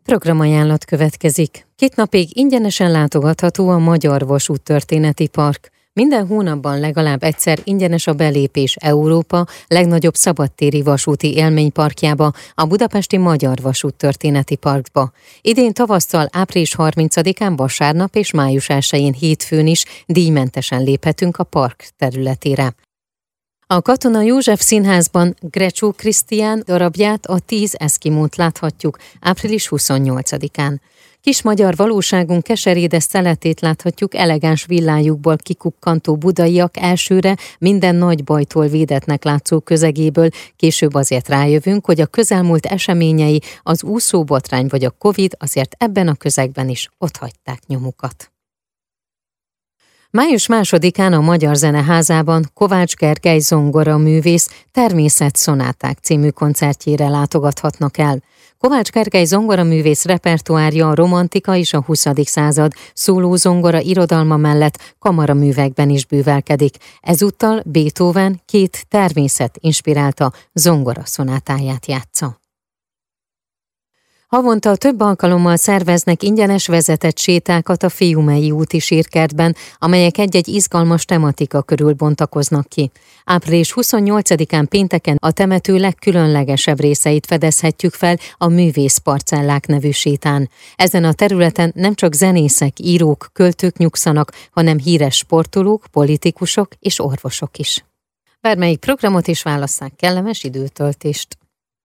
Programajánlat következik. 2 napig ingyenesen látogatható a Magyar Vasúttörténeti Park. Minden hónapban legalább egyszer ingyenes a belépés Európa legnagyobb szabadtéri vasúti élményparkjába, a budapesti Magyar Vasúttörténeti Parkba. Idén tavasztal április 30-án vasárnap és május 1-én hétfőn is díjmentesen léphetünk a park területére. A Katona József Színházban Grecsó Krisztián darabját, a 10 eszkimót láthatjuk április 28-án. Kis magyar valóságunk keserédes szeletét láthatjuk elegáns villájukból kikukkantó budaiak elsőre minden nagy bajtól védetnek látszó közegéből, később azért rájövünk, hogy a közelmúlt eseményei, az úszóbotrány vagy a Covid azért ebben a közegben is otthagyták nyomukat. Május 2-án a Magyar Zeneházában Kovács Gergely zongoraművész Természetszonáták című koncertjére látogathatnak el. Kovács Gergely zongoraművész repertoárja a romantika és a 20. század szólózongora irodalma mellett kamaraművekben is bővelkedik. Ezúttal Beethoven 2 természet inspirálta zongoraszonátáját játsza. Havonta több alkalommal szerveznek ingyenes vezetett sétákat a Fiumei úti sírkertben, amelyek egy-egy izgalmas tematika körül bontakoznak ki. Április 28-án pénteken a temető legkülönlegesebb részeit fedezhetjük fel a Művészparcellák nevű sétán. Ezen a területen nem csak zenészek, írók, költők nyugszanak, hanem híres sportolók, politikusok és orvosok is. Bármelyik programot is válasszák, kellemes időtöltést!